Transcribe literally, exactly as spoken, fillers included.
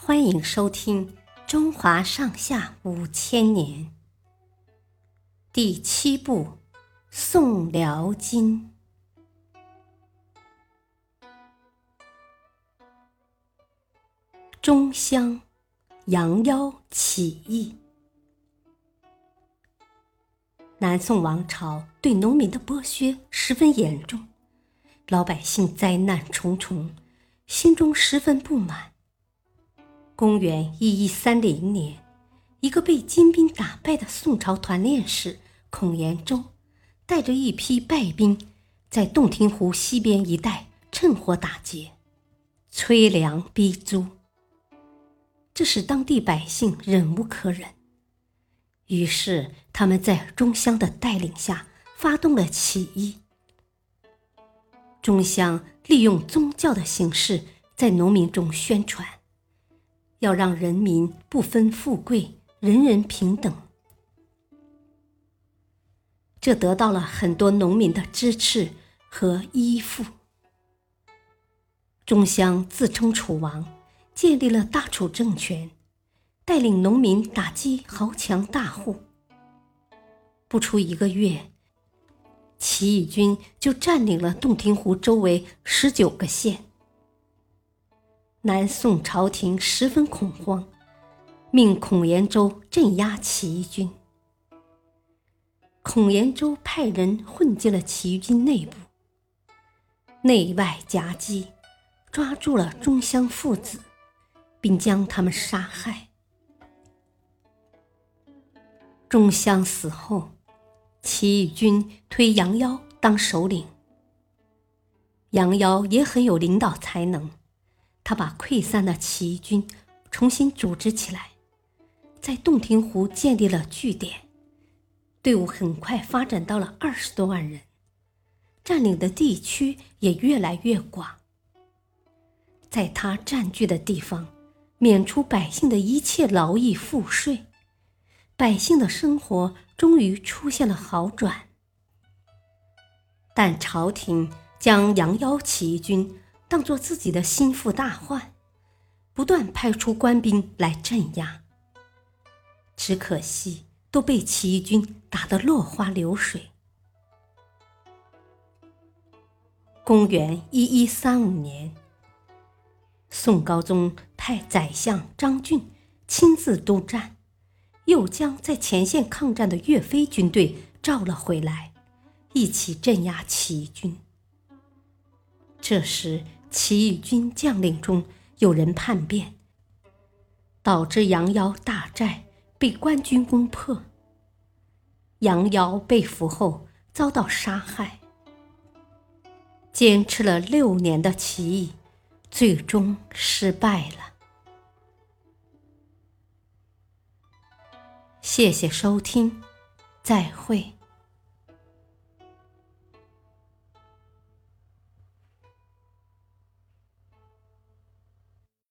欢迎收听《中华上下五千年》第七部《宋辽金》。中乡杨妖起义。南宋王朝对农民的剥削十分严重，老百姓灾难重重，心中十分不满。公元一一三零年，一个被金兵打败的宋朝团练使孔延州，带着一批败兵，在洞庭湖西边一带趁火打劫，催粮逼租，这使当地百姓忍无可忍。于是他们在钟乡的带领下发动了起义。钟乡利用宗教的形式在农民中宣传，要让人民不分富贵，人人平等。这得到了很多农民的支持和依附。钟乡自称楚王，建立了大楚政权，带领农民打击豪强大户。不出一个月，起义军就占领了洞庭湖周围十九个县。南宋朝廷十分恐慌，命孔延州镇压起义军。孔延州派人混进了起义军内部，内外夹击，抓住了钟乡父子，并将他们杀害。钟乡死后，起义军推杨妖当首领。杨妖也很有领导才能，他把溃散的起义军重新组织起来，在洞庭湖建立了据点，队伍很快发展到了二十多万人，占领的地区也越来越广。在他占据的地方，免除百姓的一切劳役赋税，百姓的生活终于出现了好转。但朝廷将杨妖起义军当作自己的心腹大患，不断派出官兵来镇压。只可惜都被起义军打得落花流水。公元一一三五年，宋高宗派宰相张俊亲自督战，又将在前线抗战的岳飞军队召了回来，一起镇压起义军。这时起义军将领中有人叛变，导致杨妖大寨被官军攻破。杨妖被俘后遭到杀害。坚持了六年的起义最终失败了。谢谢收听，再会。